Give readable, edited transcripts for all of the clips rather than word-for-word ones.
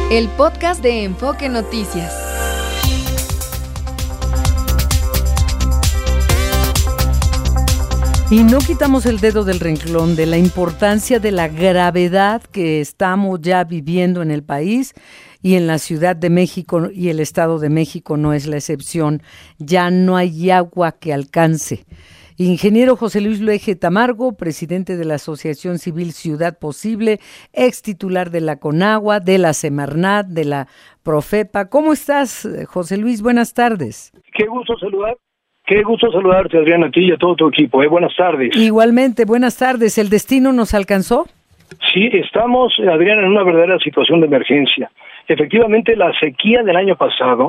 El podcast de Enfoque Noticias. Y no quitamos el dedo del renglón de la importancia de la gravedad que estamos ya viviendo en el país y en la Ciudad de México, y el Estado de México no es la excepción. Ya no hay agua que alcance. Ingeniero José Luis Luege Tamargo, presidente de la Asociación Civil Ciudad Posible, ex titular de la CONAGUA, de la Semarnat, de la Profepa. ¿Cómo estás, José Luis? Buenas tardes. Qué gusto saludarte, Adriana, a ti y a todo tu equipo. Buenas tardes. Igualmente, buenas tardes. ¿El destino nos alcanzó? Sí, estamos, Adriana, en una verdadera situación de emergencia. Efectivamente, la sequía del año pasado,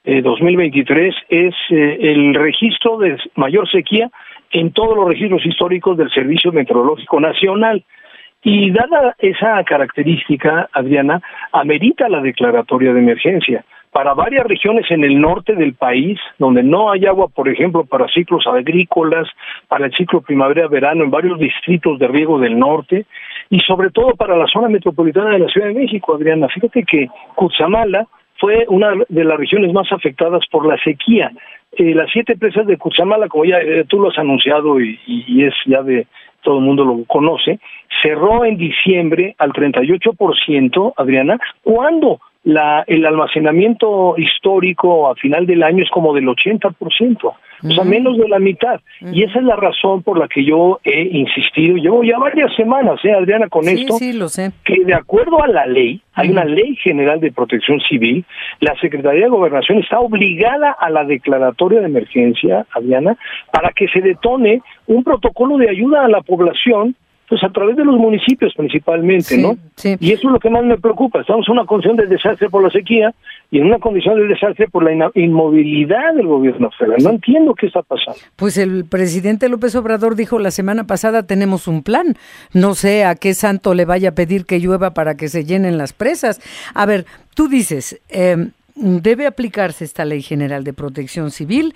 2023, es el registro de mayor sequía en todos los registros históricos del Servicio Meteorológico Nacional. Y dada esa característica, Adriana, amerita la declaratoria de emergencia. Para varias regiones en el norte del país, donde no hay agua, por ejemplo, para ciclos agrícolas, para el ciclo primavera-verano, en varios distritos de riego del norte, y sobre todo para la zona metropolitana de la Ciudad de México, Adriana. Fíjate que Cutzamala fue una de las regiones más afectadas por la sequía. Las 7 presas de Cutzamala, como ya tú lo has anunciado y es ya de todo el mundo lo conoce, cerró en diciembre al 38%, Adriana, cuando el almacenamiento histórico a final del año es como del 80%, o sea, menos de la mitad. Y esa es la razón por la que yo he insistido, llevo ya varias semanas, Adriana, con esto, sí, lo sé, que de acuerdo a la ley, hay una ley general de protección civil, la Secretaría de Gobernación está obligada a la declaratoria de emergencia, Adriana, para que se detone un protocolo de ayuda a la población, pues a través de los municipios principalmente, ¿no? Sí. Y eso es lo que más me preocupa. Estamos en una condición de desastre por la sequía y en una condición de desastre por la inmovilidad del gobierno federal. No entiendo qué está pasando. Pues el presidente López Obrador dijo la semana pasada, tenemos un plan. No sé a qué santo le vaya a pedir que llueva para que se llenen las presas. A ver, tú dices, debe aplicarse esta Ley General de Protección Civil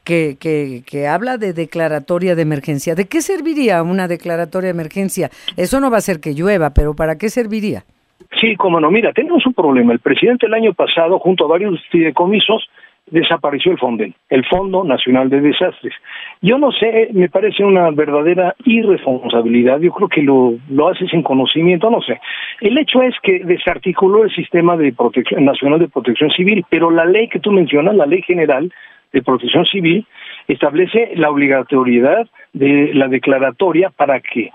que habla de declaratoria de emergencia. ¿De qué serviría una declaratoria de emergencia? Eso no va a hacer que llueva, pero ¿para qué serviría? Sí, cómo no. Mira, tenemos un problema. El presidente el año pasado, junto a varios fideicomisos, desapareció el FONDEN, el Fondo Nacional de Desastres. Yo no sé, me parece una verdadera irresponsabilidad. Yo creo que lo hace sin conocimiento, no sé. El hecho es que desarticuló el sistema de protección nacional de protección civil, pero la ley que tú mencionas, la Ley General de Protección Civil, establece la obligatoriedad de la declaratoria para que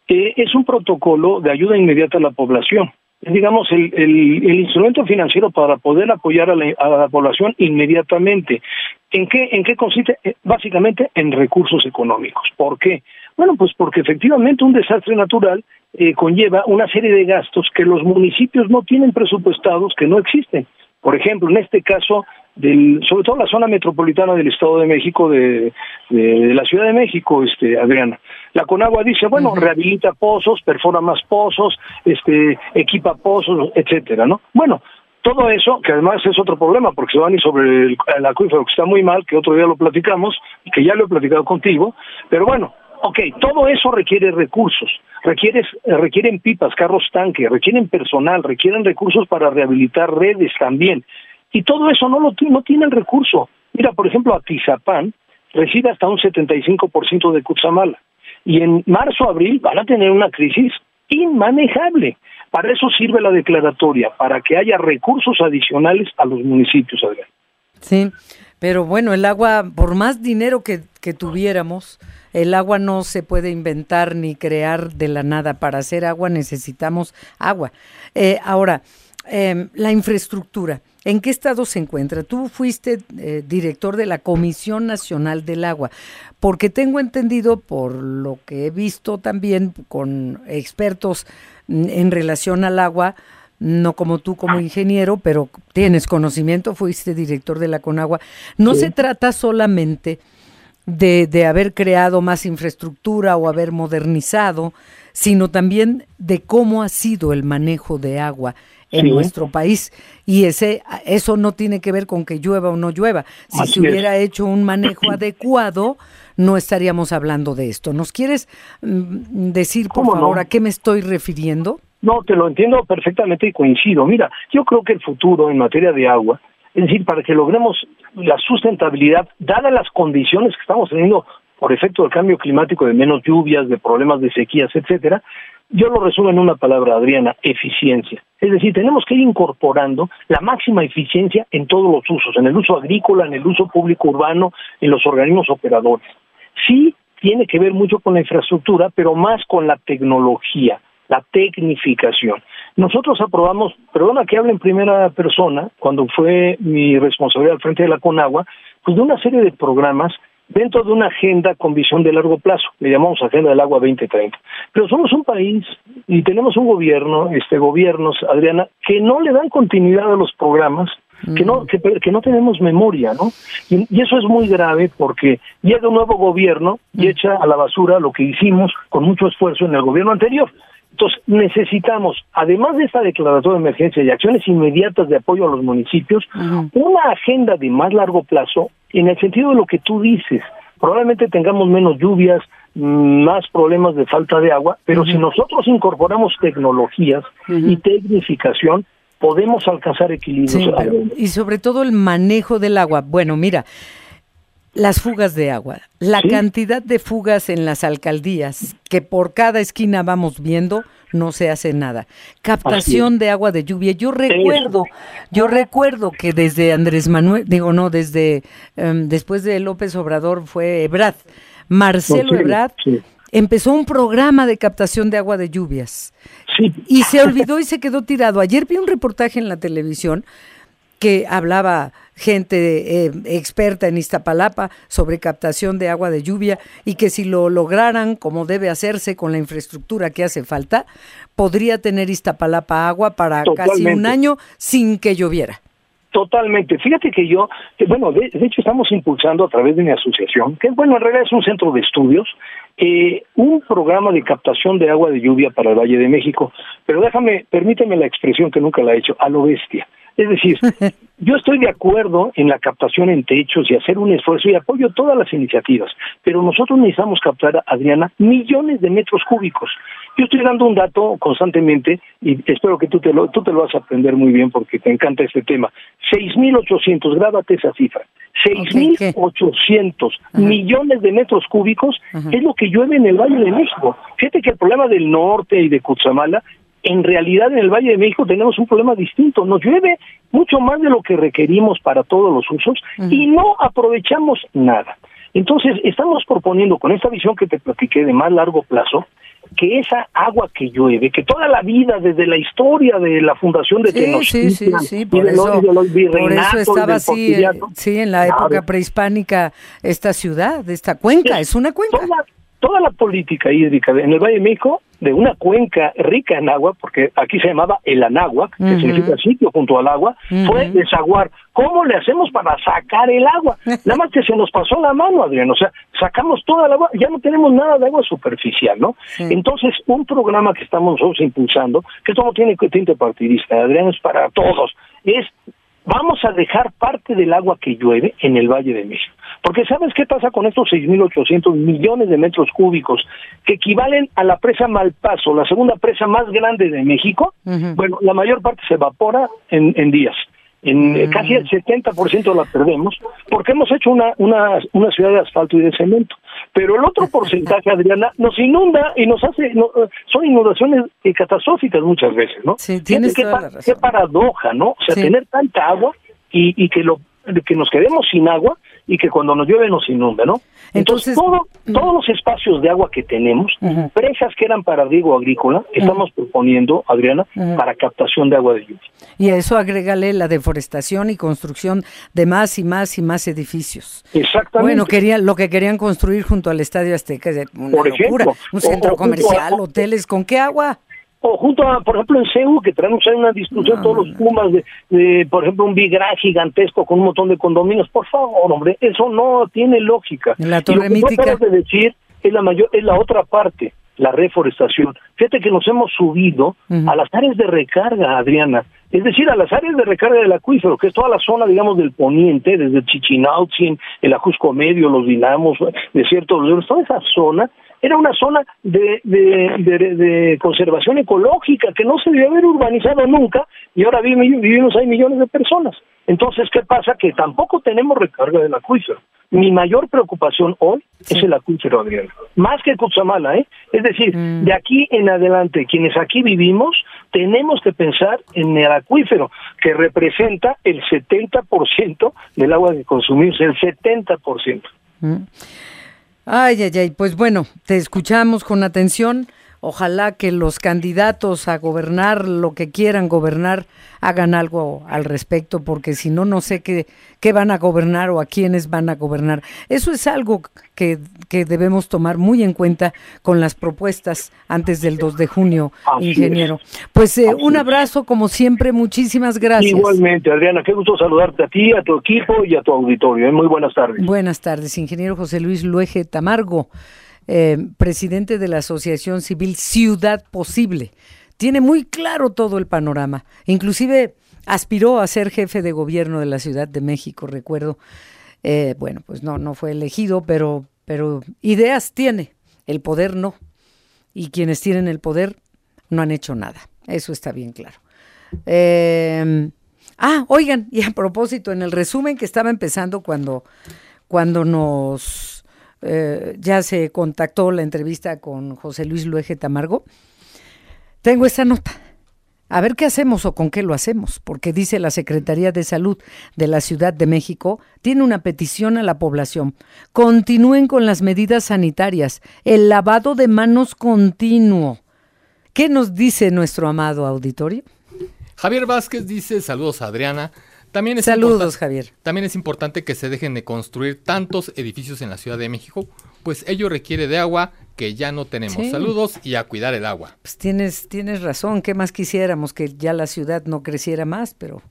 es un protocolo de ayuda inmediata a la población. Digamos, el instrumento financiero para poder apoyar a la población inmediatamente. ¿En qué consiste? Básicamente en recursos económicos. ¿Por qué? Bueno, pues porque efectivamente un desastre natural conlleva una serie de gastos que los municipios no tienen presupuestados, que no existen. Por ejemplo, en este caso, sobre todo la zona metropolitana del Estado de México, de la Ciudad de México, Adriana. La CONAGUA dice, bueno, rehabilita pozos, perfora más pozos, equipa pozos, etcétera, ¿no? Bueno, todo eso, que además es otro problema, porque se van a ir sobre el acuífero, que está muy mal, que otro día lo platicamos, que ya lo he platicado contigo, pero bueno, todo eso requiere recursos, requieren pipas, carros tanque, requieren personal, requieren recursos para rehabilitar redes también, y todo eso no tiene el recurso. Mira, por ejemplo, Atizapán recibe hasta un 75% de Cutzamala, y en marzo, abril van a tener una crisis inmanejable. Para eso sirve la declaratoria, para que haya recursos adicionales a los municipios, Adrián. Sí, pero bueno, el agua, por más dinero que tuviéramos, el agua no se puede inventar ni crear de la nada. Para hacer agua necesitamos agua. Ahora, la infraestructura, ¿en qué estado se encuentra? Tú fuiste director de la Comisión Nacional del Agua, porque tengo entendido, por lo que he visto también con expertos en relación al agua, no como tú como ingeniero, pero tienes conocimiento, fuiste director de la CONAGUA. No se trata solamente de haber creado más infraestructura o haber modernizado, sino también de cómo ha sido el manejo de agua en nuestro país, y eso no tiene que ver con que llueva o no llueva. Si se hubiera hecho un manejo adecuado, no estaríamos hablando de esto. ¿Nos quieres decir, por favor, a qué me estoy refiriendo? No, te lo entiendo perfectamente y coincido. Mira, yo creo que el futuro en materia de agua, es decir, para que logremos la sustentabilidad, dadas las condiciones que estamos teniendo por efecto del cambio climático, de menos lluvias, de problemas de sequías, etcétera, yo lo resumo en una palabra, Adriana: eficiencia. Es decir, tenemos que ir incorporando la máxima eficiencia en todos los usos, en el uso agrícola, en el uso público urbano, en los organismos operadores. Sí tiene que ver mucho con la infraestructura, pero más con la tecnología, la tecnificación. Nosotros aprobamos, perdona que hable en primera persona, cuando fue mi responsabilidad al frente de la Conagua, pues de una serie de programas dentro de una agenda con visión de largo plazo, le llamamos Agenda del Agua 2030. Pero somos un país y tenemos un gobiernos, Adriana, que no le dan continuidad a los programas, que no tenemos memoria, ¿no? Y eso es muy grave porque llega un nuevo gobierno y echa a la basura lo que hicimos con mucho esfuerzo en el gobierno anterior. Entonces, necesitamos, además de esta declaratoria de emergencia y acciones inmediatas de apoyo a los municipios, una agenda de más largo plazo, en el sentido de lo que tú dices. Probablemente tengamos menos lluvias, más problemas de falta de agua, pero si nosotros incorporamos tecnologías y tecnificación, podemos alcanzar equilibrios. Sí, y sobre todo el manejo del agua. Bueno, mira, las fugas de agua, la cantidad de fugas en las alcaldías, que por cada esquina vamos viendo, no se hace nada. Captación de agua de lluvia. Yo recuerdo que desde Andrés Manuel, después de López Obrador fue Ebrard, Marcelo Ebrard, empezó un programa de captación de agua de lluvias. Y se olvidó y se quedó tirado. Ayer vi un reportaje en la televisión que hablaba gente experta en Iztapalapa sobre captación de agua de lluvia y que si lo lograran como debe hacerse con la infraestructura que hace falta, podría tener Iztapalapa agua para casi un año sin que lloviera. Totalmente. Fíjate que de hecho estamos impulsando a través de mi asociación, que en realidad es un centro de estudios, un programa de captación de agua de lluvia para el Valle de México, pero permíteme la expresión que nunca la he hecho, a lo bestia. Es decir, yo estoy de acuerdo en la captación en techos y hacer un esfuerzo y apoyo todas las iniciativas, pero nosotros necesitamos captar, Adriana, millones de metros cúbicos. Yo estoy dando un dato constantemente y espero que tú te lo vas a aprender muy bien porque te encanta este tema. 6.800, grábate esa cifra. 6.800 millones de metros cúbicos es lo que llueve en el Valle de México. Fíjate que el problema del norte y de Cutzamala, en realidad en el Valle de México tenemos un problema distinto. Nos llueve mucho más de lo que requerimos para todos los usos y no aprovechamos nada. Entonces, estamos proponiendo con esta visión que te platiqué de más largo plazo, que esa agua que llueve, que toda la vida, desde la historia de la fundación de Tenochtitlan, por eso estaba así, en la época prehispánica, esta ciudad, esta cuenca, es una cuenca. Toda la política hídrica en el Valle de México, de una cuenca rica en agua, porque aquí se llamaba el Anáhuac, que significa sitio junto al agua, fue desaguar. ¿Cómo le hacemos para sacar el agua? Nada más que se nos pasó la mano, Adrián, o sea, sacamos toda el agua, ya no tenemos nada de agua superficial, ¿no? Entonces, un programa que estamos nosotros impulsando, que esto no tiene tinte partidista, Adrián, es para todos, vamos a dejar parte del agua que llueve en el Valle de México. Porque ¿sabes qué pasa con estos 6.800 millones de metros cúbicos que equivalen a la presa Malpaso, la segunda presa más grande de México? Bueno, la mayor parte se evapora en días. Casi el 70% la perdemos porque hemos hecho una ciudad de asfalto y de cemento. Pero el otro porcentaje, Adriana, nos inunda y son inundaciones catastróficas muchas veces, ¿no? Sí, tienes toda la razón. Qué paradoja, ¿no? O sea, tener tanta agua y que nos quedemos sin agua y que cuando nos llueve nos inunda, ¿no? Entonces todos los espacios de agua que tenemos, presas que eran para riego agrícola, estamos proponiendo, Adriana, para captación de agua de lluvia. Y a eso agrégale la deforestación y construcción de más y más y más edificios. Exactamente. Bueno, lo que querían construir junto al Estadio Azteca, una por locura, ejemplo, un centro comercial, hoteles, ¿con qué agua? O junto a, por ejemplo, en CEU, que traemos ahí una discusión todos los Pumas de, por ejemplo, un Big Gran gigantesco con un montón de condominios. Por favor, hombre, eso no tiene lógica. La torre mítica. Lo que tú acabas de decir es la otra parte, la reforestación. Fíjate que nos hemos subido a las áreas de recarga, Adriana. Es decir, a las áreas de recarga del acuífero, que es toda la zona, digamos, del poniente, desde Chichinautzin, el Ajusco Medio, los Dinamos, Desierto de los Leones, toda esa zona era una zona de conservación ecológica que no se debió haber urbanizado nunca, y ahora vivimos ahí millones de personas. Entonces, ¿qué pasa? Que tampoco tenemos recarga del acuífero. Mi mayor preocupación hoy es el acuífero, Adriana, más que Cutzamala, ¿eh? Es decir, de aquí en adelante, quienes aquí vivimos, tenemos que pensar en el acuífero, que representa el 70% del agua que consumimos, el 70%. Ay, pues bueno, te escuchamos con atención. Ojalá que los candidatos a gobernar lo que quieran gobernar hagan algo al respecto, porque si no, no sé qué van a gobernar o a quiénes van a gobernar. Eso es algo que debemos tomar muy en cuenta con las propuestas antes del 2 de junio, Así ingeniero. es. Pues un abrazo, como siempre, muchísimas gracias. Igualmente, Adriana, qué gusto saludarte a ti, a tu equipo y a tu auditorio. Muy buenas tardes. Buenas tardes, ingeniero José Luis Luege Tamargo. Presidente de la Asociación Civil Ciudad Posible. Tiene muy claro todo el panorama. Inclusive aspiró a ser jefe de gobierno de la Ciudad de México, recuerdo. Bueno, pues no fue elegido, pero ideas tiene, el poder no. Y quienes tienen el poder no han hecho nada. Eso está bien claro. Oigan, y a propósito, en el resumen que estaba empezando cuando nos... ya se contactó la entrevista con José Luis Luege Tamargo, tengo esta nota. A ver qué hacemos o con qué lo hacemos, porque dice la Secretaría de Salud de la Ciudad de México, tiene una petición a la población. Continúen con las medidas sanitarias, el lavado de manos continuo. ¿Qué nos dice nuestro amado auditorio? Javier Vázquez dice, saludos a Adriana. Saludos, Javier. También es importante que se dejen de construir tantos edificios en la Ciudad de México, pues ello requiere de agua que ya no tenemos. Sí. Saludos y a cuidar el agua. Pues tienes razón, ¿qué más quisiéramos? Que ya la ciudad no creciera más, pero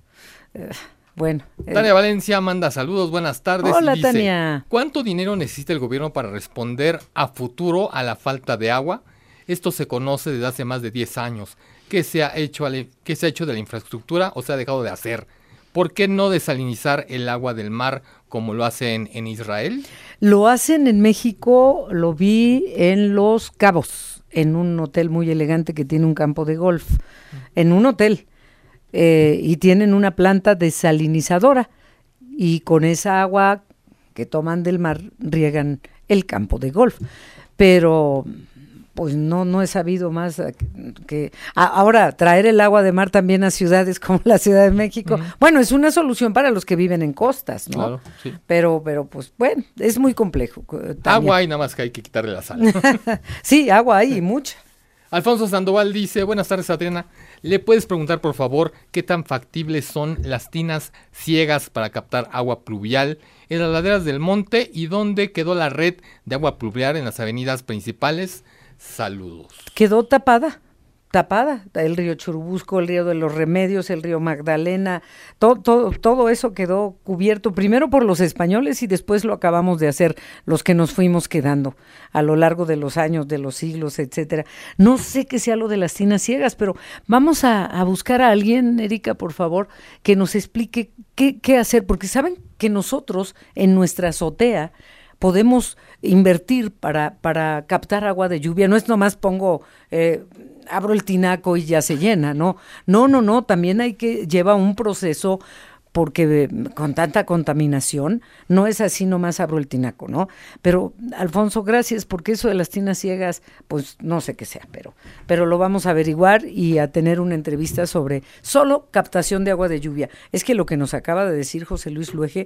bueno. Tania Valencia manda saludos, buenas tardes. Hola, y dice, Tania. ¿cuánto dinero necesita el gobierno para responder a futuro a la falta de agua? Esto se conoce desde hace más de 10 años. ¿Qué se ha hecho de la infraestructura o se ha dejado de hacer? ¿Por qué no desalinizar el agua del mar como lo hacen en Israel? Lo hacen en México, lo vi en Los Cabos, en un hotel muy elegante que tiene un campo de golf, en un hotel, y tienen una planta desalinizadora, y con esa agua que toman del mar riegan el campo de golf. Pero... pues no he sabido más que ahora traer el agua de mar también a ciudades como la Ciudad de México. Bueno, es una solución para los que viven en costas, ¿no? Claro, sí. Pero pues bueno, es muy complejo. Tania. Agua hay, nada más que hay que quitarle la sal. Sí, agua hay y mucha. Alfonso Sandoval dice, buenas tardes, Adriana. ¿Le puedes preguntar, por favor, qué tan factibles son las tinas ciegas para captar agua pluvial en las laderas del monte y dónde quedó la red de agua pluvial en las avenidas principales? Saludos. Quedó tapada, el río Churubusco, el río de los Remedios, el río Magdalena, todo eso quedó cubierto primero por los españoles y después lo acabamos de hacer los que nos fuimos quedando a lo largo de los años, de los siglos, etcétera. No sé qué sea lo de las tinas ciegas, pero vamos a buscar a alguien, Erika, por favor, que nos explique qué hacer, porque saben que nosotros en nuestra azotea podemos invertir para captar agua de lluvia. No es nomás abro el tinaco y ya se llena, ¿no? No, también lleva un proceso, porque con tanta contaminación no es así nomás abro el tinaco, ¿no? Pero, Alfonso, gracias, porque eso de las tinas ciegas, pues no sé qué sea, pero lo vamos a averiguar y a tener una entrevista sobre solo captación de agua de lluvia. Es que lo que nos acaba de decir José Luis Luege,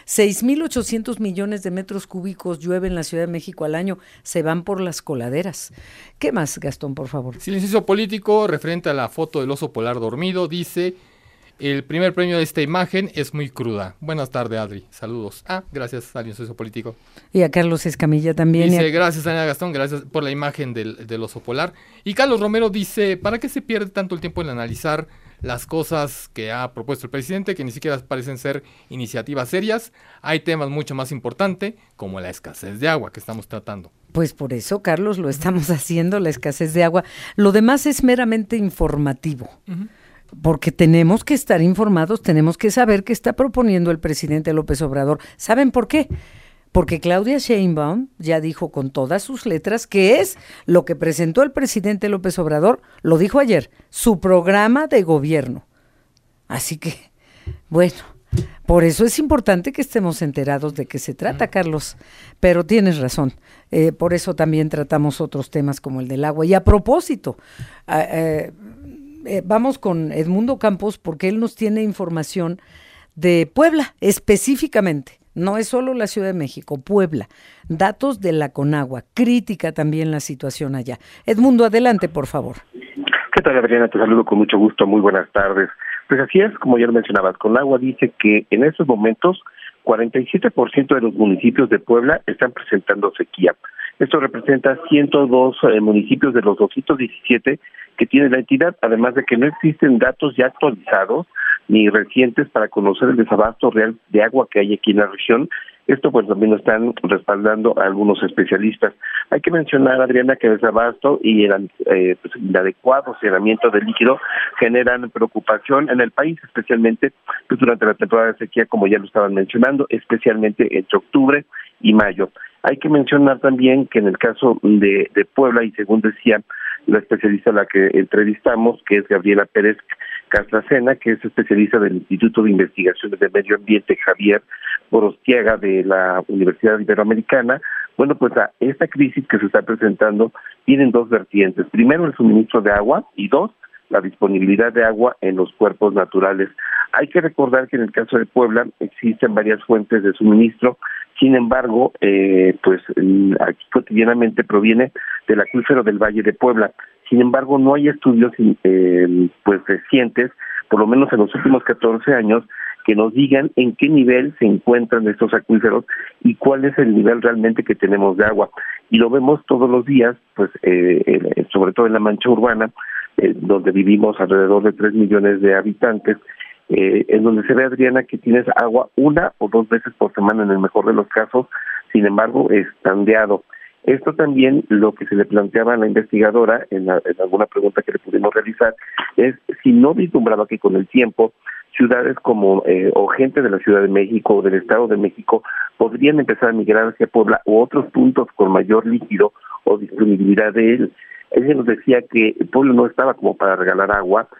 6,800 millones de metros cúbicos llueve en la Ciudad de México al año, se van por las coladeras. ¿Qué más, Gastón, por favor? Silencio político, referente a la foto del oso polar dormido, dice... el primer premio de esta imagen es muy cruda. Buenas tardes, Adri. Saludos. Gracias, Silencio político. Y a Carlos Escamilla también. Dice, gracias, Ana Gastón, gracias por la imagen del oso polar. Y Carlos Romero dice, ¿para qué se pierde tanto el tiempo en analizar las cosas que ha propuesto el presidente, que ni siquiera parecen ser iniciativas serias? Hay temas mucho más importantes, como la escasez de agua que estamos tratando. Pues por eso, Carlos, lo estamos haciendo, la escasez de agua. Lo demás es meramente informativo. Porque tenemos que estar informados, tenemos que saber qué está proponiendo el presidente López Obrador. ¿Saben por qué? porque Claudia Sheinbaum ya dijo con todas sus letras que es lo que presentó el presidente López Obrador, lo dijo ayer, su programa de gobierno. Así que, bueno, por eso es importante que estemos enterados de qué se trata, Carlos, pero tienes razón, por eso también tratamos otros temas como el del agua. Y a propósito, vamos con Edmundo Campos porque él nos tiene información de Puebla específicamente. No es solo la Ciudad de México, Puebla. Datos de la Conagua. Crítica también la situación allá. Edmundo, adelante, por favor. ¿Qué tal, Adriana? Te saludo con mucho gusto. Muy buenas tardes. Pues así es, como ya lo mencionabas, Conagua dice que en estos momentos 47% de los municipios de Puebla están presentando sequía. Esto representa 102 municipios de los 217 que tiene la entidad, además de que no existen datos ya actualizados ni recientes para conocer el desabasto real de agua que hay aquí en la región. Esto pues también lo están respaldando a algunos especialistas. Hay que mencionar, Adriana, que el desabasto y el inadecuado saneamiento del líquido generan preocupación en el país, especialmente pues, durante la temporada de sequía, como ya lo estaban mencionando, especialmente entre octubre y mayo. Hay que mencionar también que en el caso de Puebla, y según decía la especialista a la que entrevistamos, que es Gabriela Pérez Castracena, que es especialista del Instituto de Investigaciones de Medio Ambiente Javier Borostiaga de la Universidad Iberoamericana, bueno, pues a esta crisis que se está presentando tienen dos vertientes. Primero, el suministro de agua y dos, la disponibilidad de agua en los cuerpos naturales. Hay que recordar que en el caso de Puebla existen varias fuentes de suministro, sin embargo, pues aquí cotidianamente proviene del acuífero del Valle de Puebla. Sin embargo, no hay estudios pues recientes, por lo menos en los últimos 14 años, que nos digan en qué nivel se encuentran estos acuíferos y cuál es el nivel realmente que tenemos de agua. Y lo vemos todos los días, pues sobre todo en la mancha urbana, donde vivimos alrededor de 3 millones de habitantes, en donde se ve, Adriana, que tienes agua 1 o 2 veces por semana en el mejor de los casos, sin embargo, es tandeado. Esto también lo que se le planteaba a la investigadora en alguna pregunta que le pudimos realizar es si no vislumbraba que con el tiempo ciudades como o gente de la Ciudad de México o del Estado de México podrían empezar a migrar hacia Puebla u otros puntos con mayor líquido o disponibilidad de él. Ella nos decía que el pueblo no estaba como para regalar agua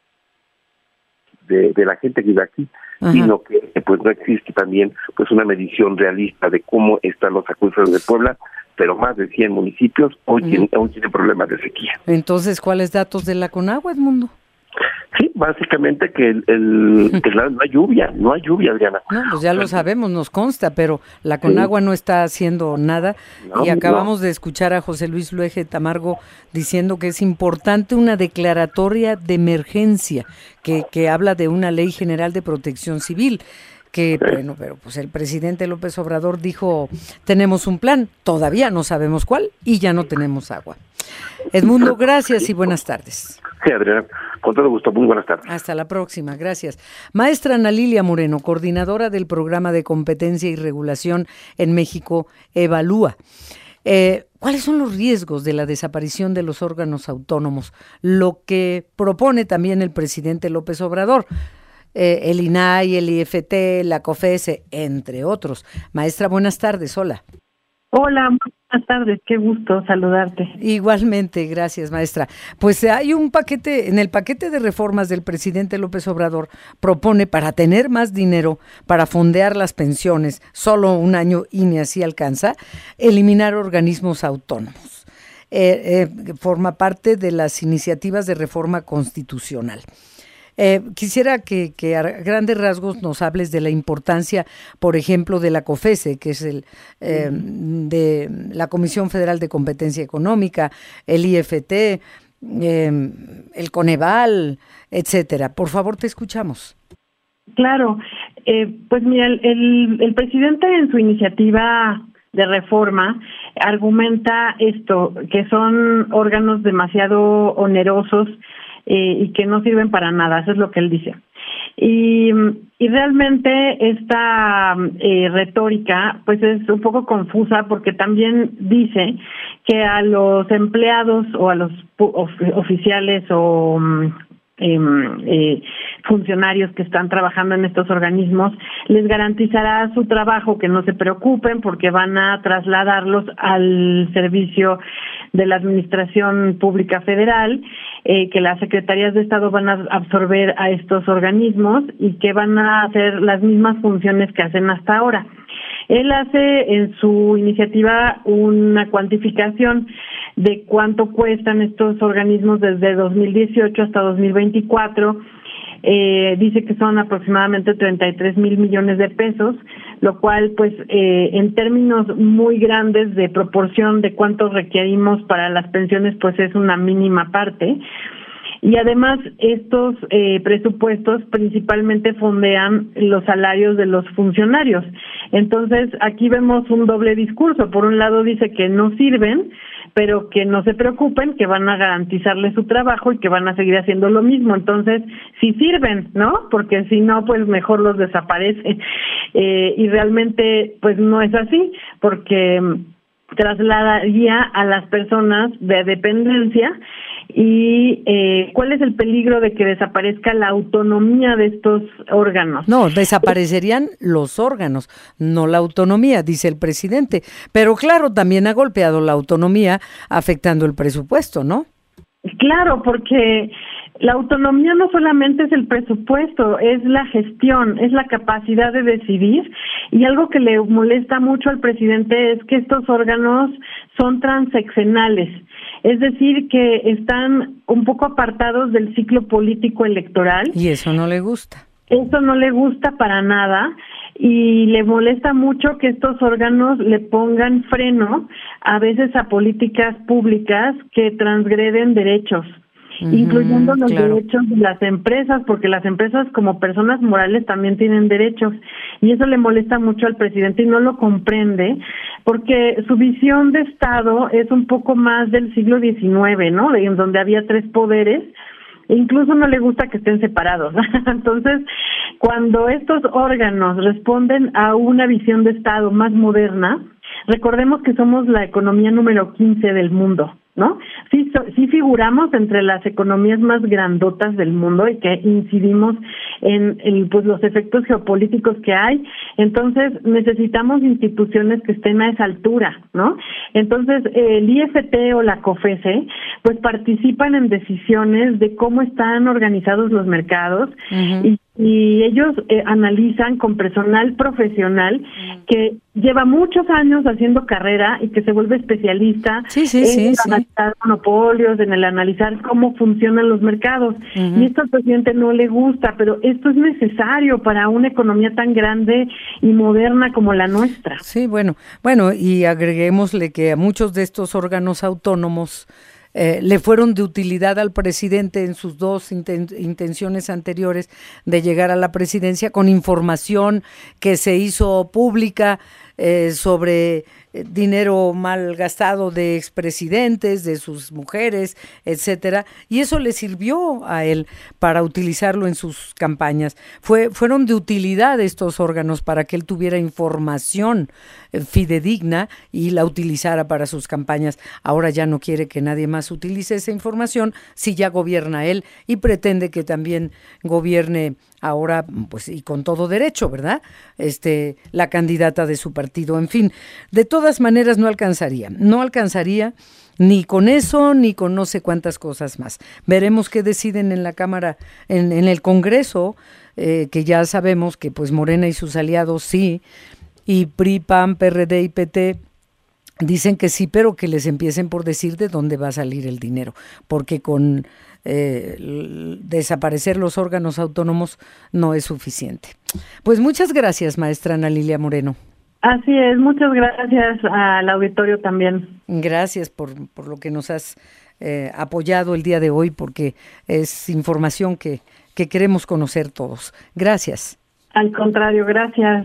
de la gente que vive aquí, sino que pues no existe también pues una medición realista de cómo están los acuíferos de Puebla, pero más de 100 municipios hoy tienen problemas de sequía. Entonces, ¿cuáles datos de la Conagua, Edmundo? Sí, básicamente que no hay lluvia, Adriana. No, pues ya lo sabemos, nos consta, pero la Conagua no está haciendo nada y acabamos de escuchar a José Luis Luege Tamargo diciendo que es importante una declaratoria de emergencia que habla de una ley general de protección civil. Bueno, pero pues el presidente López Obrador dijo, tenemos un plan, todavía no sabemos cuál y ya no tenemos agua. Edmundo, gracias y buenas tardes. Sí, Adriana, con todo gusto, muy buenas tardes. Hasta la próxima, gracias. Maestra Ana Lilia Moreno, coordinadora del Programa de Competencia y Regulación en México, Evalúa. ¿Cuáles son los riesgos de la desaparición de los órganos autónomos? Lo que propone también el presidente López Obrador. El INAI, el IFT, la COFESE, entre otros. Maestra, buenas tardes, hola. Hola, buenas tardes, qué gusto saludarte. Igualmente, gracias, maestra. Pues hay un paquete, en el paquete de reformas del presidente López Obrador, propone para tener más dinero, para fondear las pensiones, solo un año y ni así alcanza, eliminar organismos autónomos. Forma parte de las iniciativas de reforma constitucional. Quisiera que a grandes rasgos nos hables de la importancia, por ejemplo, de la COFESE, que es de la Comisión Federal de Competencia Económica, el IFT, el Coneval, etcétera. Por favor, te escuchamos. Claro, pues mira, el presidente en su iniciativa de reforma argumenta esto, que son órganos demasiado onerosos y que no sirven para nada, eso es lo que él dice. Y realmente esta retórica pues es un poco confusa porque también dice que a los empleados o a los oficiales o funcionarios que están trabajando en estos organismos, les garantizará su trabajo, que no se preocupen porque van a trasladarlos al servicio de la Administración Pública Federal, que las secretarías de Estado van a absorber a estos organismos y que van a hacer las mismas funciones que hacen hasta ahora. Él hace en su iniciativa una cuantificación de cuánto cuestan estos organismos desde 2018 hasta 2024. Dice que son aproximadamente 33 mil millones de pesos, lo cual pues en términos muy grandes de proporción de cuánto requerimos para las pensiones pues es una mínima parte. Y además estos presupuestos principalmente fondean los salarios de los funcionarios. Entonces aquí vemos un doble discurso. Por un lado dice que no sirven, pero que no se preocupen, que van a garantizarles su trabajo y que van a seguir haciendo lo mismo. Entonces, sí sirven, ¿no? Porque si no, pues mejor los desaparece. Y realmente, pues no es así, porque trasladaría a las personas de dependencia. ¿Y cuál es el peligro de que desaparezca la autonomía de estos órganos? No, desaparecerían los órganos, no la autonomía, dice el presidente. Pero claro, también ha golpeado la autonomía afectando el presupuesto, ¿no? Claro, porque la autonomía no solamente es el presupuesto, es la gestión, es la capacidad de decidir. Y algo que le molesta mucho al presidente es que estos órganos son transeccionales. Es decir, que están un poco apartados del ciclo político electoral. Y eso no le gusta. Eso no le gusta para nada y le molesta mucho que estos órganos le pongan freno a veces a políticas públicas que transgreden derechos. Incluyendo los derechos de las empresas, porque las empresas como personas morales también tienen derechos, y eso le molesta mucho al presidente y no lo comprende, porque su visión de Estado es un poco más del siglo XIX, ¿no? En donde había 3 poderes, e incluso no le gusta que estén separados. Entonces, cuando estos órganos responden a una visión de Estado más moderna, recordemos que somos la economía número 15 del mundo, ¿no? Sí figuramos entre las economías más grandotas del mundo y que incidimos en pues los efectos geopolíticos que hay. Entonces necesitamos instituciones que estén a esa altura, ¿no? Entonces el IFT o la COFESE pues participan en decisiones de cómo están organizados los mercados y ellos analizan con personal profesional que lleva muchos años haciendo carrera y que se vuelve especialista en analizar monopolios, en el analizar cómo funcionan los mercados. Y esto al presidente no le gusta, pero esto es necesario para una economía tan grande y moderna como la nuestra. Sí, bueno, y agreguémosle que a muchos de estos órganos autónomos le fueron de utilidad al presidente en sus 2 intenciones anteriores de llegar a la presidencia con información que se hizo pública sobre dinero mal gastado de expresidentes, de sus mujeres, etcétera, y eso le sirvió a él para utilizarlo en sus campañas. Fueron de utilidad estos órganos para que él tuviera información fidedigna y la utilizara para sus campañas. Ahora ya no quiere que nadie más utilice esa información si ya gobierna él y pretende que también gobierne ahora, pues, y con todo derecho, ¿verdad? La candidata de su partido. En fin, de todas maneras no alcanzaría ni con eso, ni con no sé cuántas cosas más. Veremos qué deciden en la Cámara, en el Congreso, que ya sabemos que pues Morena y sus aliados sí, y PRI, PAN, PRD y PT dicen que sí, pero que les empiecen por decir de dónde va a salir el dinero, porque con desaparecer los órganos autónomos no es suficiente. Pues muchas gracias, maestra Ana Lilia Moreno. Así es, muchas gracias al auditorio también. Gracias por lo que nos has apoyado el día de hoy, porque es información que queremos conocer todos. Gracias. Al contrario, gracias.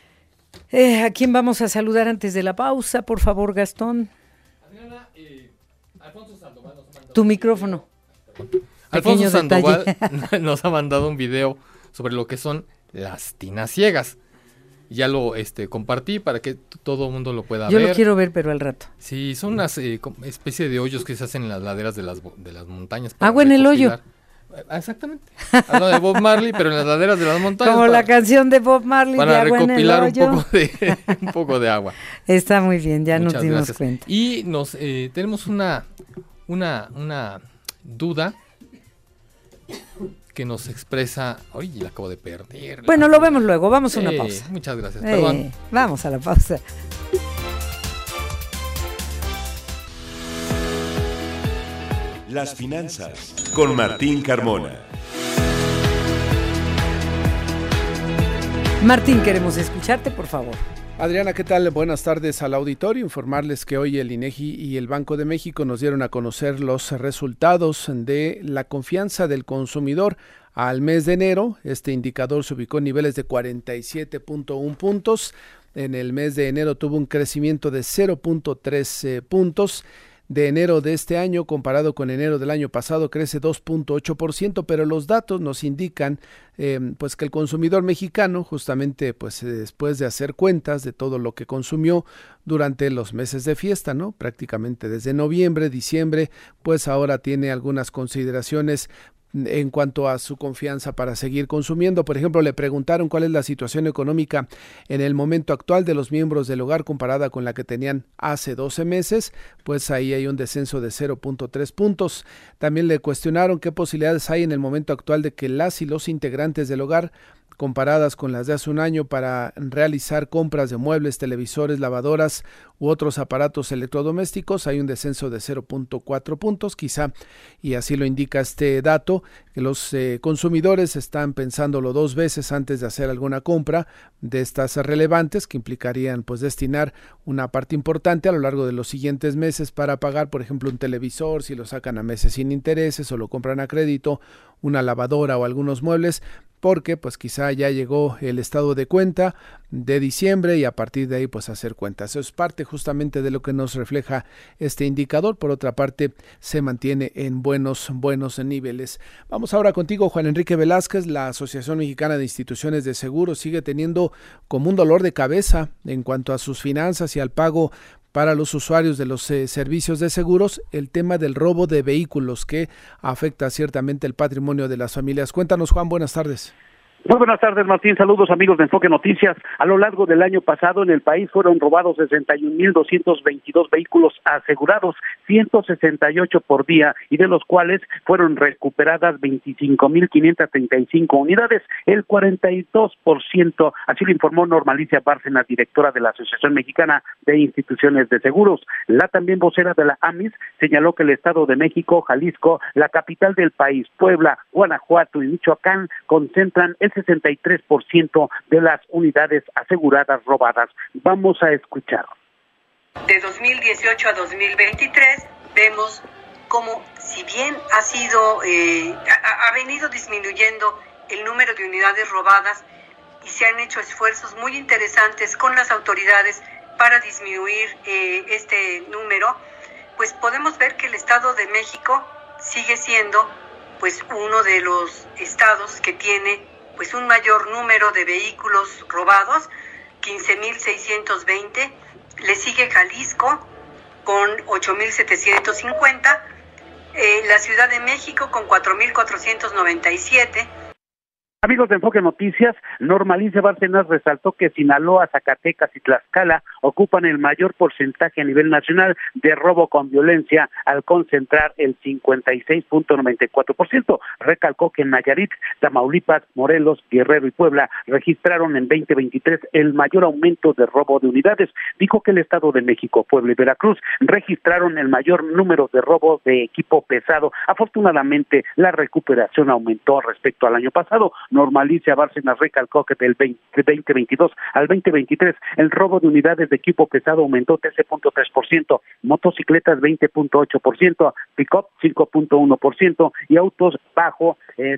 ¿A quién vamos a saludar antes de la pausa? Por favor, Gastón. Adriana, Alfonso Sandoval nos ha mandado tu micrófono. Alfonso Sandoval nos ha mandado un video sobre lo que son las tinas ciegas. Ya lo compartí para que todo el mundo lo pueda ver. Yo lo quiero ver, pero al rato. Sí, son unas especie de hoyos que se hacen en las laderas de las montañas. Agua en el hoyo. Exactamente. Hablo de Bob Marley, pero en las laderas de las montañas. Como la canción de Bob Marley. Para de agua recopilar en el hoyo. un poco de agua. Está muy bien, ya Muchas nos dimos gracias. cuenta. Y tenemos una duda que nos expresa. Ay, la acabo de perder. Bueno, lo vemos luego, vamos a una pausa. Muchas gracias, perdón. Vamos a la pausa. Las finanzas con Martín Carmona. Martín, queremos escucharte, por favor. Adriana, ¿qué tal? Buenas tardes al auditorio. Informarles que hoy el INEGI y el Banco de México nos dieron a conocer los resultados de la confianza del consumidor al mes de enero. Este indicador se ubicó en niveles de 47.1 puntos. En el mes de enero tuvo un crecimiento de 0.3 puntos. De enero de este año comparado con enero del año pasado crece 2.8%, pero los datos nos indican pues que el consumidor mexicano, justamente pues después de hacer cuentas de todo lo que consumió durante los meses de fiesta, ¿no? Prácticamente desde noviembre, diciembre, pues ahora tiene algunas consideraciones en cuanto a su confianza para seguir consumiendo. Por ejemplo, le preguntaron cuál es la situación económica en el momento actual de los miembros del hogar comparada con la que tenían hace 12 meses, pues ahí hay un descenso de 0.3 puntos. También le cuestionaron qué posibilidades hay en el momento actual de que las y los integrantes del hogar comparadas con las de hace un año para realizar compras de muebles, televisores, lavadoras u otros aparatos electrodomésticos. Hay un descenso de 0.4 puntos, quizá, y así lo indica este dato, que los consumidores están pensándolo dos veces antes de hacer alguna compra de estas relevantes, que implicarían pues destinar una parte importante a lo largo de los siguientes meses para pagar, por ejemplo, un televisor, si lo sacan a meses sin intereses o lo compran a crédito, una lavadora o algunos muebles, porque pues quizá ya llegó el estado de cuenta de diciembre y a partir de ahí pues hacer cuentas. Eso es parte justamente de lo que nos refleja este indicador. Por otra parte, se mantiene en buenos niveles. Vamos ahora contigo, Juan Enrique Velázquez. La Asociación Mexicana de Instituciones de Seguros sigue teniendo como un dolor de cabeza en cuanto a sus finanzas y al pago para los usuarios de los servicios de seguros, el tema del robo de vehículos que afecta ciertamente el patrimonio de las familias. Cuéntanos, Juan, buenas tardes. Muy buenas tardes, Martín. Saludos, amigos de Enfoque Noticias. A lo largo del año pasado en el país fueron robados 61,222 vehículos asegurados, 168 por día, y de los cuales fueron recuperadas 25,535 unidades, el 42%, así lo informó Norma Alicia Bárcenas, directora de la Asociación Mexicana de Instituciones de Seguros. La también vocera de la AMIS señaló que el Estado de México, Jalisco, la capital del país, Puebla, Guanajuato y Michoacán concentran el 63% de las unidades aseguradas robadas. Vamos a escuchar. De 2018 a 2023 vemos como, si bien ha venido disminuyendo el número de unidades robadas y se han hecho esfuerzos muy interesantes con las autoridades para disminuir este número, pues podemos ver que el Estado de México sigue siendo pues uno de los estados que tiene pues un mayor número de vehículos robados, 15,620, le sigue Jalisco con 8,750, la Ciudad de México con 4,497. Amigos de Enfoque Noticias, Norma Alicia Bárcenas resaltó que Sinaloa, Zacatecas y Tlaxcala ocupan el mayor porcentaje a nivel nacional de robo con violencia al concentrar el 56.94%. Recalcó que en Nayarit, Tamaulipas, Morelos, Guerrero y Puebla registraron en 2023 el mayor aumento de robo de unidades. Dijo que el Estado de México, Puebla y Veracruz registraron el mayor número de robo de equipo pesado. Afortunadamente, la recuperación aumentó respecto al año pasado. Norma Alicia Bárcenas recalcó que del 2022 al 2023 el robo de unidades de equipo pesado aumentó 13.3%, motocicletas 20.8%, pick-up 5.1% y autos bajo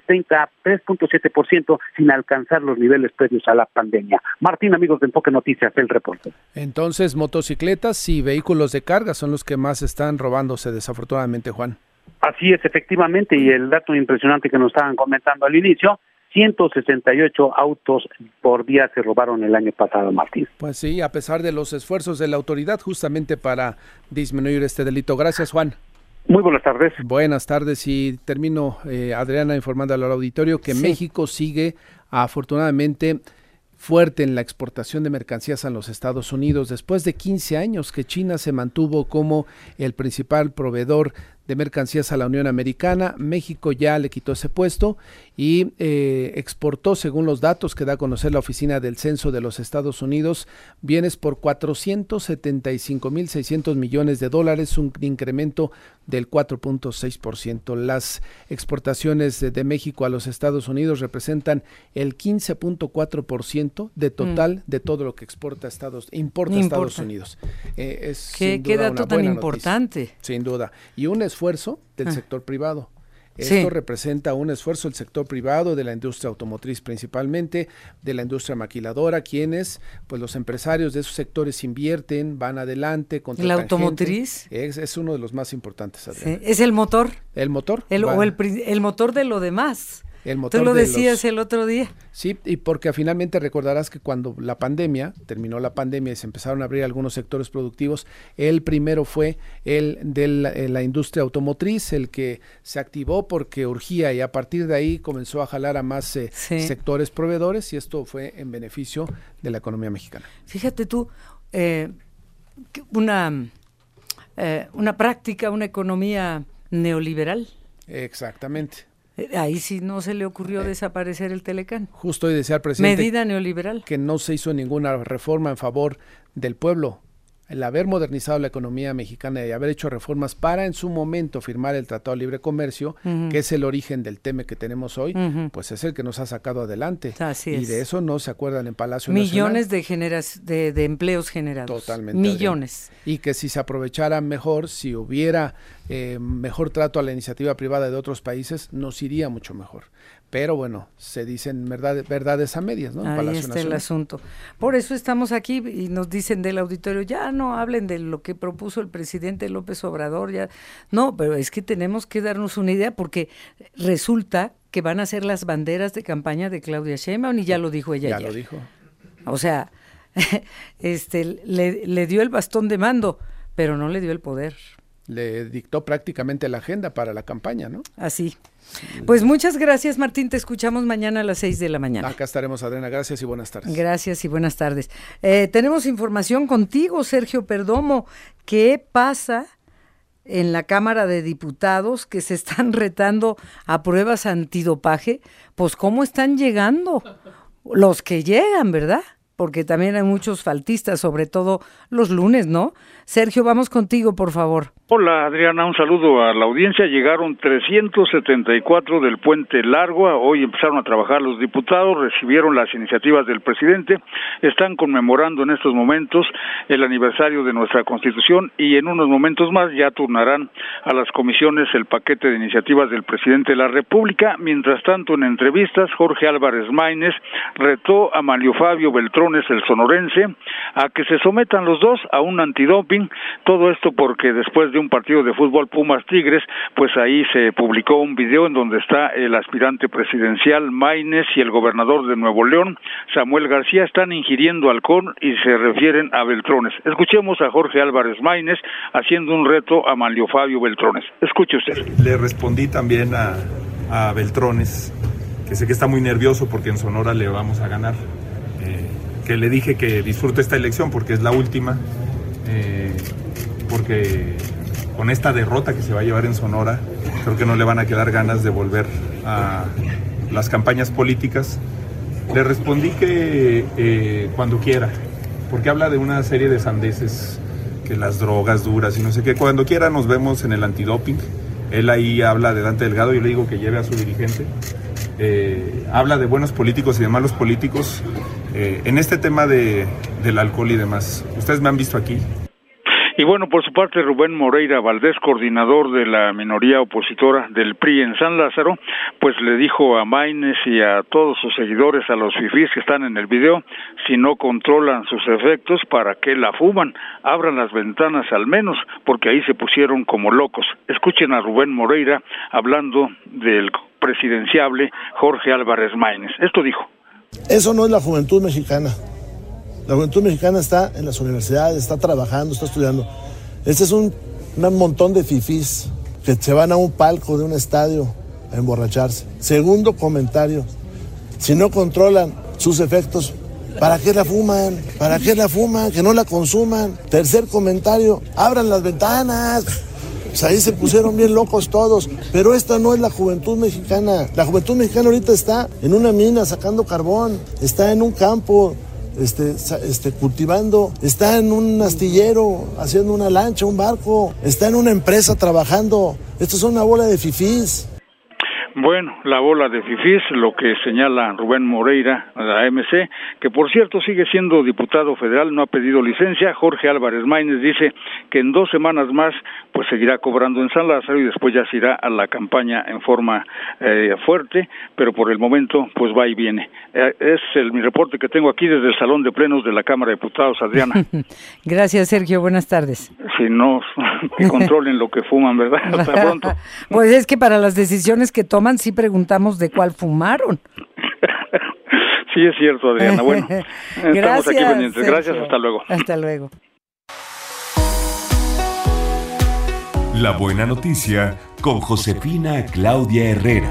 3.7% sin alcanzar los niveles previos a la pandemia. Martín, amigos de Enfoque Noticias, el reporte. Entonces, motocicletas y vehículos de carga son los que más están robándose, desafortunadamente, Juan. Así es, efectivamente, y el dato impresionante que nos estaban comentando al inicio, 168 autos por día se robaron el año pasado, Martín. Pues sí, a pesar de los esfuerzos de la autoridad justamente para disminuir este delito. Gracias, Juan. Muy buenas tardes. Buenas tardes y termino, Adriana, informando al auditorio que México sigue afortunadamente fuerte en la exportación de mercancías a los Estados Unidos, después de 15 años que China se mantuvo como el principal proveedor de mercancías a la Unión Americana. México ya le quitó ese puesto y exportó, según los datos que da a conocer la Oficina del Censo de los Estados Unidos, bienes por $475,600 millones, un incremento del 4.6%. Las exportaciones de México a los Estados Unidos representan el 15.4% de total de todo lo que importa a Estados Unidos. ¿Qué dato tan importante? Noticia, sin duda. Y un esfuerzo del sector privado. Esto representa un esfuerzo del sector privado, de la industria automotriz principalmente, de la industria maquiladora, quienes, pues los empresarios de esos sectores invierten, van adelante. ¿La automotriz? Es uno de los más importantes, Adriana. ¿Es el motor? El motor. El motor de lo demás. El motor. Tú lo decías el otro día. Sí, y porque finalmente recordarás que cuando terminó la pandemia y se empezaron a abrir algunos sectores productivos, el primero fue el de la industria automotriz, el que se activó porque urgía, y a partir de ahí comenzó a jalar a más sectores proveedores, y esto fue en beneficio de la economía mexicana. Fíjate tú, una práctica, una economía neoliberal. Exactamente. Ahí sí no se le ocurrió desaparecer el Telecán. Justo hoy decía el presidente. Medida neoliberal. Que no se hizo ninguna reforma en favor del pueblo. El haber modernizado la economía mexicana y haber hecho reformas para en su momento firmar el Tratado de Libre Comercio, que es el origen del TEMEC que tenemos hoy, pues es el que nos ha sacado adelante. Así es. Y de eso no se acuerdan en Palacio Millones Nacional. de empleos generados. Totalmente. Millones. Adriana. Y que si se aprovechara mejor, si hubiera mejor trato a la iniciativa privada de otros países, nos iría mucho mejor. Pero bueno, se dicen verdades a medias, ¿no? Ahí está el asunto. Por eso estamos aquí y nos dicen del auditorio, ya no hablen de lo que propuso el presidente López Obrador, ya. No, pero es que tenemos que darnos una idea porque resulta que van a ser las banderas de campaña de Claudia Sheinbaum y ya lo dijo ella. Ya ayer. lo dijo. O sea, le dio el bastón de mando, pero no le dio el poder. Le dictó prácticamente la agenda para la campaña, ¿no? Así. Pues muchas gracias, Martín. Te escuchamos mañana a las 6 de la mañana. Acá estaremos, Adriana. Gracias y buenas tardes. Gracias y buenas tardes. Tenemos información contigo, Sergio Perdomo. ¿Qué pasa en la Cámara de Diputados que se están retando a pruebas antidopaje? Pues ¿cómo están llegando? Los que llegan, ¿verdad? Porque también hay muchos faltistas, sobre todo los lunes, ¿no? Sergio, vamos contigo, por favor. Hola, Adriana, un saludo a la audiencia. Llegaron 374 del Puente Largo. Hoy empezaron a trabajar los diputados, recibieron las iniciativas del presidente, están conmemorando en estos momentos el aniversario de nuestra Constitución y en unos momentos más ya turnarán a las comisiones el paquete de iniciativas del presidente de la República. Mientras tanto, en entrevistas, Jorge Álvarez Maínez retó a Manlio Fabio Beltrones, el sonorense, a que se sometan los dos a un antidoping. Todo esto porque después de un partido de fútbol Pumas-Tigres, pues ahí se publicó un video en donde está el aspirante presidencial Maínez y el gobernador de Nuevo León, Samuel García, están ingiriendo alcohol y se refieren a Beltrones. Escuchemos a Jorge Álvarez Maínez haciendo un reto a Manlio Fabio Beltrones. Escuche usted. Le respondí también a Beltrones, que sé que está muy nervioso porque en Sonora le vamos a ganar, que le dije que disfrute esta elección porque es la última, porque con esta derrota que se va a llevar en Sonora, creo que no le van a quedar ganas de volver a las campañas políticas. Le respondí que cuando quiera, porque habla de una serie de sandeces, que las drogas duras y no sé qué, cuando quiera nos vemos en el antidoping. Él ahí habla de Dante Delgado, yo le digo que lleve a su dirigente. Habla de buenos políticos y de malos políticos. En este tema del alcohol y demás, ustedes me han visto aquí. Y bueno, por su parte, Rubén Moreira Valdés, coordinador de la minoría opositora del PRI en San Lázaro, pues le dijo a Maínez y a todos sus seguidores, a los fifís que están en el video, si no controlan sus efectos, ¿para qué la fuman? Abran las ventanas al menos, porque ahí se pusieron como locos. Escuchen a Rubén Moreira hablando del presidenciable Jorge Álvarez Maínez. Esto dijo. Eso no es la juventud mexicana. La juventud mexicana está en las universidades, está trabajando, está estudiando. Este es un montón de fifís que se van a un palco de un estadio a emborracharse. Segundo comentario, si no controlan sus efectos, ¿para qué la fuman? ¿Para qué la fuman? Que no la consuman. Tercer comentario, abran las ventanas. Pues ahí se pusieron bien locos todos, pero esta no es la juventud mexicana. La juventud mexicana ahorita está en una mina sacando carbón, está en un campo cultivando, está en un astillero haciendo una lancha, un barco, está en una empresa trabajando. Esto es una bola de fifís. Bueno, la bola de fifís, lo que señala Rubén Moreira, de la AMC, que por cierto sigue siendo diputado federal, no ha pedido licencia. Jorge Álvarez Maínez dice que en 2 semanas más pues seguirá cobrando en San Lázaro y después ya se irá a la campaña en forma fuerte, pero por el momento pues va y viene. Es mi reporte que tengo aquí desde el Salón de Plenos de la Cámara de Diputados, Adriana. Gracias, Sergio, buenas tardes. Si no, que controlen lo que fuman, ¿verdad? Hasta pronto. Pues es que para las decisiones que toman sí preguntamos de cuál fumaron. Sí, es cierto, Adriana. Bueno, estamos aquí pendientes. Sergio. Gracias, hasta luego. Hasta luego. La buena noticia con Josefina Claudia Herrera.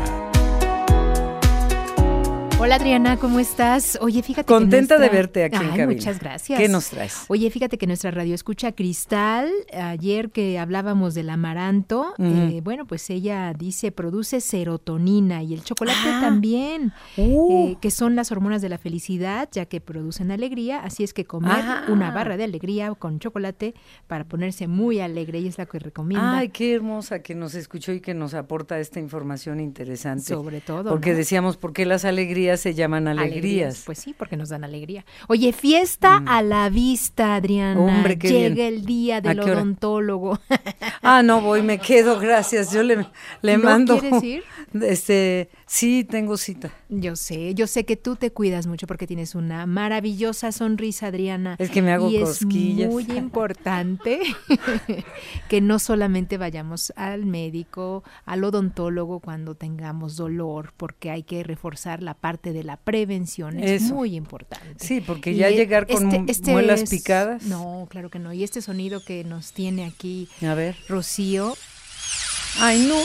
Hola Adriana, ¿cómo estás? Oye, fíjate contenta que de verte aquí en cabina. Muchas gracias. ¿Qué nos traes? Oye, fíjate que nuestra radio escucha Cristal, ayer que hablábamos del amaranto, bueno, pues ella dice produce serotonina y el chocolate también, que son las hormonas de la felicidad, ya que producen alegría, así es que comer una barra de alegría con chocolate para ponerse muy alegre, y es la que recomienda. Ay, qué hermosa que nos escuchó y que nos aporta esta información interesante. Sobre todo, porque ¿no? Decíamos, ¿por qué las alegrías se llaman alegrías? Pues sí, porque nos dan alegría. Oye, fiesta a la vista, Adriana. Hombre, qué llega bien. El día del odontólogo. No voy, me quedo, gracias. Yo le ¿No mando. quieres ir? Sí, tengo cita. Yo sé que tú te cuidas mucho porque tienes una maravillosa sonrisa, Adriana. Es que me hago cosquillas. Es muy importante que no solamente vayamos al médico, al odontólogo cuando tengamos dolor, porque hay que reforzar la parte de la prevención. Es muy importante. Sí, porque ya llegar con muelas picadas. No, claro que no. Y este sonido que nos tiene aquí, a ver, Rocío. Ay, no.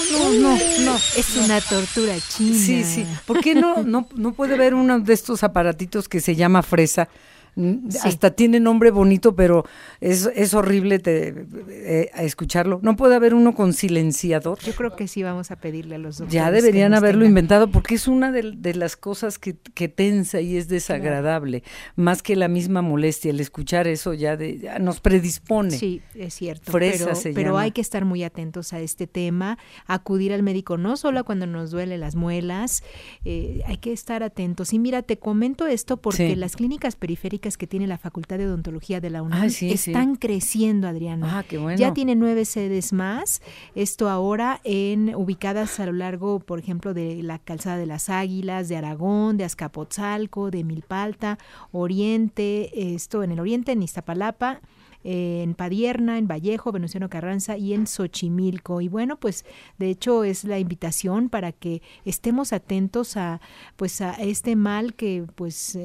Es una tortura china. Sí. ¿Por qué no puede haber uno de estos aparatitos que se llama fresa? Sí. Hasta tiene nombre bonito, pero es horrible escucharlo. ¿No puede haber uno con silenciador? Yo creo que sí, vamos a pedirle a los doctores. Ya deberían haberlo inventado, porque es una de las cosas que tensa y es desagradable, más que la misma molestia. El escuchar eso ya nos predispone. Sí, es cierto. Fresa pero hay que estar muy atentos a este tema, acudir al médico no solo cuando nos duele las muelas, hay que estar atentos. Y mira, te comento esto porque las clínicas periféricas que tiene la Facultad de Odontología de la UNAM están creciendo, Adriana. Qué bueno. Ya tiene 9 sedes más. Esto ahora ubicadas a lo largo, por ejemplo, de la Calzada de las Águilas, de Aragón, de Azcapotzalco, de Milpalta, Oriente, esto en el Oriente, en Iztapalapa, en Padierna, en Vallejo, Venustiano Carranza y en Xochimilco. Y bueno, pues de hecho es la invitación para que estemos atentos a este mal que pues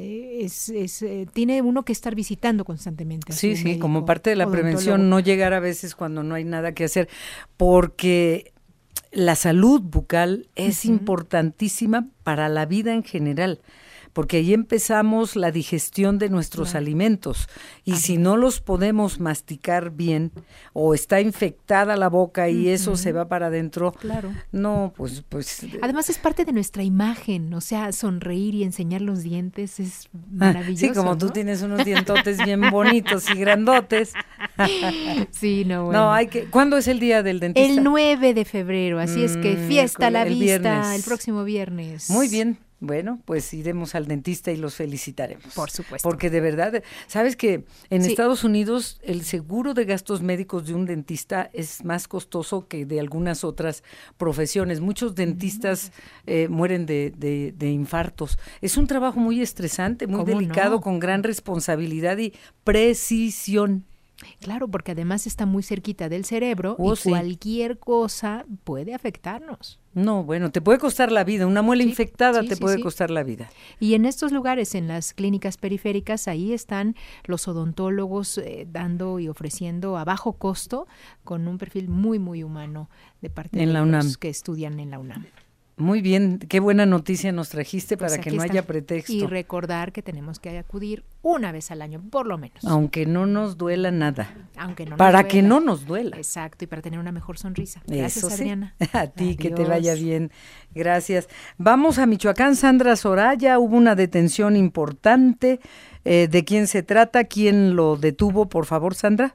tiene uno que estar visitando constantemente. Sí, como parte de la prevención, no llegar a veces cuando no hay nada que hacer, porque la salud bucal es importantísima para la vida en general, porque ahí empezamos la digestión de nuestros alimentos, y si no los podemos masticar bien, o está infectada la boca y eso se va para adentro, no, pues... Además es parte de nuestra imagen, o sea, sonreír y enseñar los dientes es maravilloso. Sí, como tú tienes unos dientotes bien bonitos y grandotes. Sí, bueno. ¿Cuándo es el día del dentista? El 9 de febrero, así es que fiesta a la vista, el próximo viernes. Muy bien. Bueno, pues iremos al dentista y los felicitaremos. Por supuesto. Porque de verdad, ¿sabes que en Estados Unidos el seguro de gastos médicos de un dentista es más costoso que de algunas otras profesiones? Muchos dentistas mueren de infartos. Es un trabajo muy estresante, muy delicado, con gran responsabilidad y precisión. Claro, porque además está muy cerquita del cerebro y cualquier cosa puede afectarnos. No, bueno, te puede costar la vida. Una muela infectada te puede costar la vida. Y en estos lugares, en las clínicas periféricas, ahí están los odontólogos dando y ofreciendo a bajo costo, con un perfil muy, muy humano de parte de los que estudian en la UNAM. Muy bien, qué buena noticia nos trajiste para que no haya pretexto. Y recordar que tenemos que acudir una vez al año, por lo menos. Aunque no nos duela nada. Aunque no para nos que no nos duela. Exacto, y para tener una mejor sonrisa. Gracias, Eso Adriana. A ti, adiós. Que te vaya bien. Gracias. Vamos a Michoacán, Sandra Soraya. Hubo una detención importante. ¿De quién se trata? ¿Quién lo detuvo? Por favor, Sandra.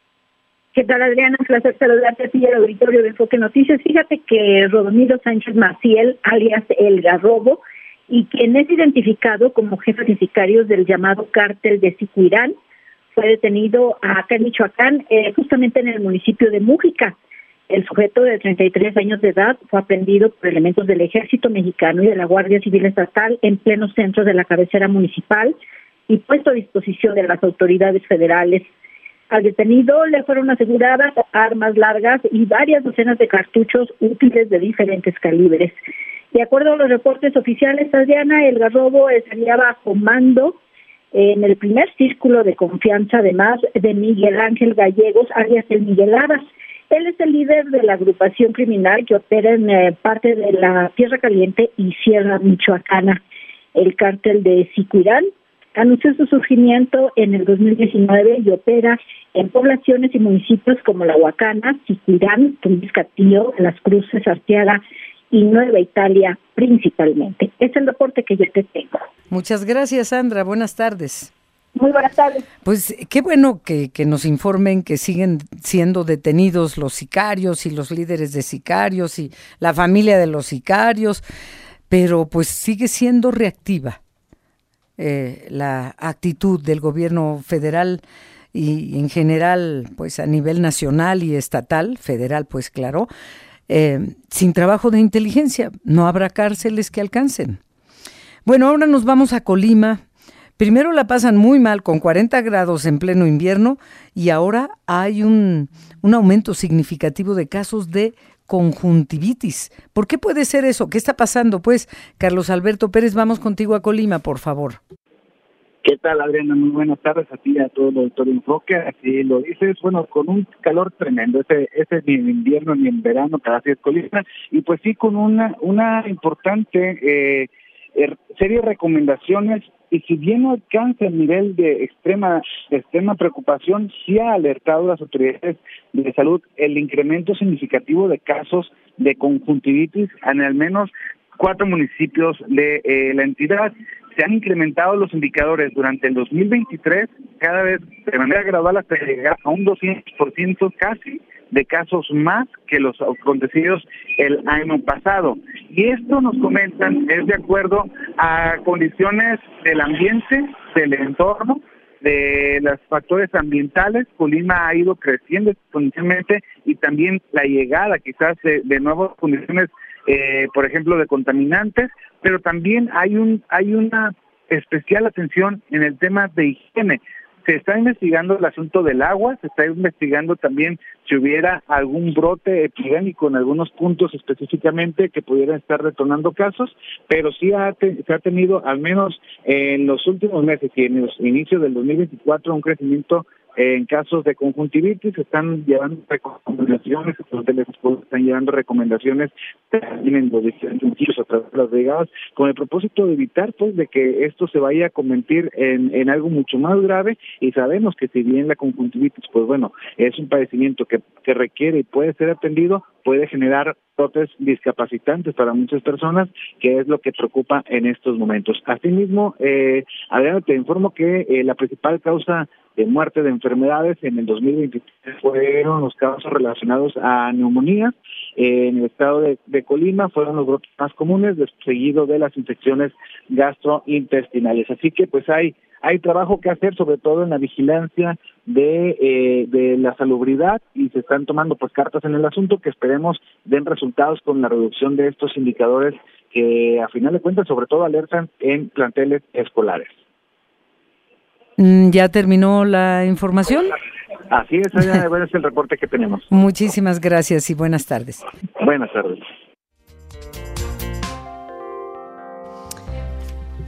¿Qué tal, Adriana? Un placer saludarte a ti y al auditorio de Enfoque Noticias. Fíjate que Rodomiro Sánchez Maciel, alias El Garrobo, y quien es identificado como jefe de sicarios del llamado cártel de Sicuirán, fue detenido acá en Michoacán, justamente en el municipio de Mújica. El sujeto de 33 años de edad fue aprehendido por elementos del Ejército Mexicano y de la Guardia Civil Estatal en pleno centro de la cabecera municipal y puesto a disposición de las autoridades federales. Al detenido le fueron aseguradas armas largas y varias docenas de cartuchos útiles de diferentes calibres. De acuerdo a los reportes oficiales, Adriana, El Garrobo estaría bajo mando en el primer círculo de confianza, además de Miguel Ángel Gallegos, alias El Migueladas. Él es el líder de la agrupación criminal que opera en parte de la Tierra Caliente y Sierra Michoacana. El cártel de Sicuirán anunció su surgimiento en el 2019 y opera en poblaciones y municipios como La Huacana, Sicuirán, Tumbes Castillo, Las Cruces, Arteaga y Nueva Italia principalmente. Es el reporte que yo te tengo. Muchas gracias, Sandra. Buenas tardes. Muy buenas tardes. Pues qué bueno que nos informen que siguen siendo detenidos los sicarios y los líderes de sicarios y la familia de los sicarios, pero pues sigue siendo reactiva la actitud del gobierno federal y en general, pues a nivel nacional y estatal, federal pues claro, sin trabajo de inteligencia, no habrá cárceles que alcancen. Bueno, ahora nos vamos a Colima. Primero la pasan muy mal con 40 grados en pleno invierno y ahora hay un aumento significativo de casos de conjuntivitis. ¿Por qué puede ser eso? ¿Qué está pasando? Pues, Carlos Alberto Pérez, vamos contigo a Colima, por favor. ¿Qué tal, Adriana? Muy buenas tardes a ti y a todo el auditorio Enfoque. Así lo dices, bueno, con un calor tremendo. Ese ni en invierno ni en verano, cada vez es Colima. Y pues sí, con una importante serie de recomendaciones. Y si bien no alcanza el nivel de extrema preocupación, sí ha alertado a las autoridades de salud el incremento significativo de casos de conjuntivitis en al menos 4 municipios de la entidad. Se han incrementado los indicadores durante el 2023, cada vez de manera gradual hasta llegar a un 200% casi de casos más que los acontecidos el año pasado. Y esto nos comentan es de acuerdo a condiciones del ambiente, del entorno, de los factores ambientales. Colima ha ido creciendo exponencialmente y también la llegada quizás de nuevas condiciones, por ejemplo, de contaminantes, pero también hay una especial atención en el tema de higiene. Se está investigando el asunto del agua, se está investigando también si hubiera algún brote epidémico en algunos puntos específicamente que pudieran estar retornando casos, pero sí se ha tenido, al menos en los últimos meses y en los inicios del 2024, un crecimiento en casos de conjuntivitis. Se están llevando recomendaciones, los hoteles están llevando recomendaciones en los diferentes sitios a través de las brigadas, con el propósito de evitar pues de que esto se vaya a convertir en algo mucho más grave. Y sabemos que si bien la conjuntivitis, pues bueno, es un padecimiento que requiere y puede ser atendido, puede generar brotes discapacitantes para muchas personas, que es lo que preocupa en estos momentos. Asimismo, Adriana, te informo que la principal causa de muerte de enfermedades en el 2023 fueron los casos relacionados a neumonía. En el estado de Colima fueron los brotes más comunes, seguido de las infecciones gastrointestinales. Así que pues hay trabajo que hacer, sobre todo en la vigilancia de la salubridad, y se están tomando pues cartas en el asunto que esperemos den resultados con la reducción de estos indicadores que a final de cuentas sobre todo alertan en planteles escolares. ¿Ya terminó la información? Así es, es el reporte que tenemos. Muchísimas gracias y buenas tardes. Buenas tardes.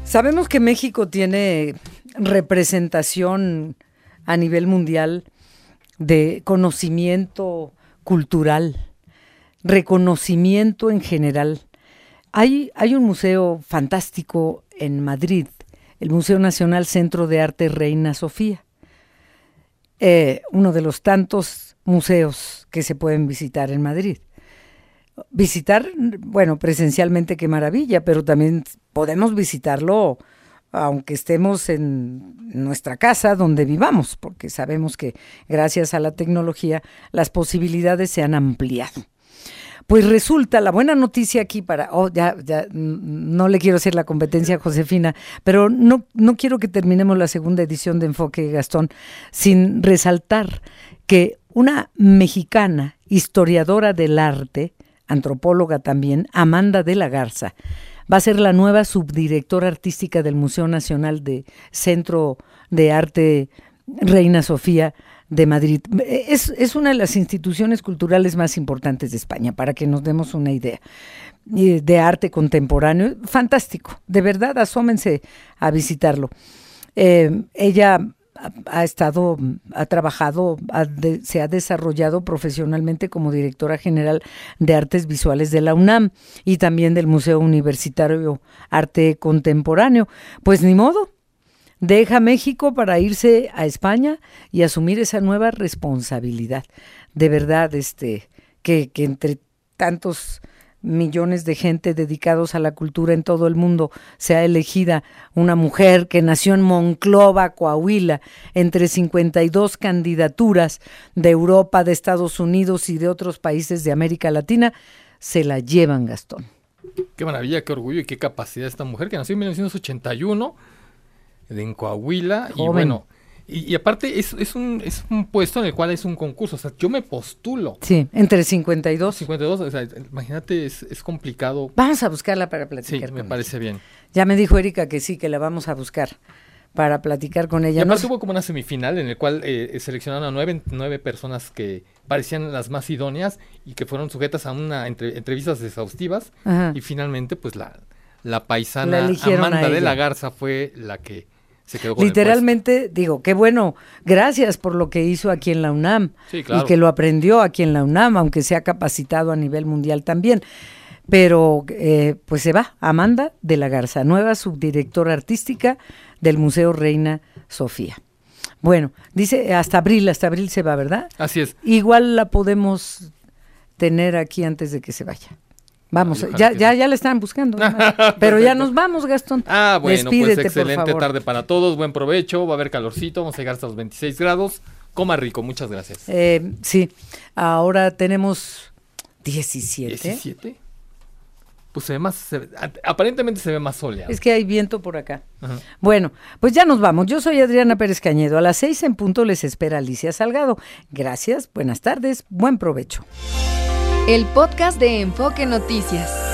Sabemos que México tiene representación a nivel mundial de conocimiento cultural, reconocimiento en general. Hay un museo fantástico en Madrid, el Museo Nacional Centro de Arte Reina Sofía, uno de los tantos museos que se pueden visitar en Madrid. Visitar, bueno, presencialmente qué maravilla, pero también podemos visitarlo aunque estemos en nuestra casa donde vivamos, porque sabemos que gracias a la tecnología las posibilidades se han ampliado. Pues resulta, la buena noticia aquí no le quiero hacer la competencia a Josefina, pero no quiero que terminemos la segunda edición de Enfoque, Gastón, sin resaltar que una mexicana historiadora del arte, antropóloga también, Amanda de la Garza, va a ser la nueva subdirectora artística del Museo Nacional de Centro de Arte Reina Sofía de Madrid. Es una de las instituciones culturales más importantes de España, para que nos demos una idea, de arte contemporáneo. Fantástico, de verdad, asómense a visitarlo. Ella ha trabajado, se ha desarrollado profesionalmente como directora general de Artes Visuales de la UNAM y también del Museo Universitario Arte Contemporáneo. Pues ni modo, deja México para irse a España y asumir esa nueva responsabilidad. De verdad, que entre tantos millones de gente dedicados a la cultura en todo el mundo sea elegida una mujer que nació en Monclova, Coahuila, entre 52 candidaturas de Europa, de Estados Unidos y de otros países de América Latina, se la llevan, Gastón. Qué maravilla, qué orgullo y qué capacidad esta mujer que nació en 1981 en Coahuila. Joven. Y bueno, y aparte es un puesto en el cual es un concurso, o sea, yo me postulo. Sí, entre 52. 52, o sea, imagínate, es complicado. Vamos a buscarla para platicar. Sí, me parece bien. Ya me dijo Erika que sí, que la vamos a buscar para platicar con ella. Y además hubo como una semifinal en el cual seleccionaron a nueve personas que parecían las más idóneas y que fueron sujetas a una entrevistas exhaustivas. Ajá. Y finalmente pues la paisana Amanda de la Garza fue la que se quedó con literalmente, digo, qué bueno, gracias por lo que hizo aquí en la UNAM. Sí, claro. Y que lo aprendió aquí en la UNAM, aunque se ha capacitado a nivel mundial también. Pero pues se va, Amanda de la Garza, nueva subdirectora artística del Museo Reina Sofía. Bueno, dice hasta abril se va, ¿verdad? Así es. Igual la podemos tener aquí antes de que se vaya. Vamos, ya la están buscando. Pero ya nos vamos, Gastón. Bueno, despídete, pues excelente por favor. Tarde para todos, buen provecho, va a haber calorcito, vamos a llegar hasta los 26 grados. Coma rico, muchas gracias. Sí, ahora tenemos 17. ¿17? Pues se ve aparentemente se ve más soleado. Es que hay viento por acá. Ajá. Bueno, pues ya nos vamos. Yo soy Adriana Pérez Cañedo. A las 6 en punto les espera Alicia Salgado. Gracias, buenas tardes, buen provecho. El podcast de Enfoque Noticias.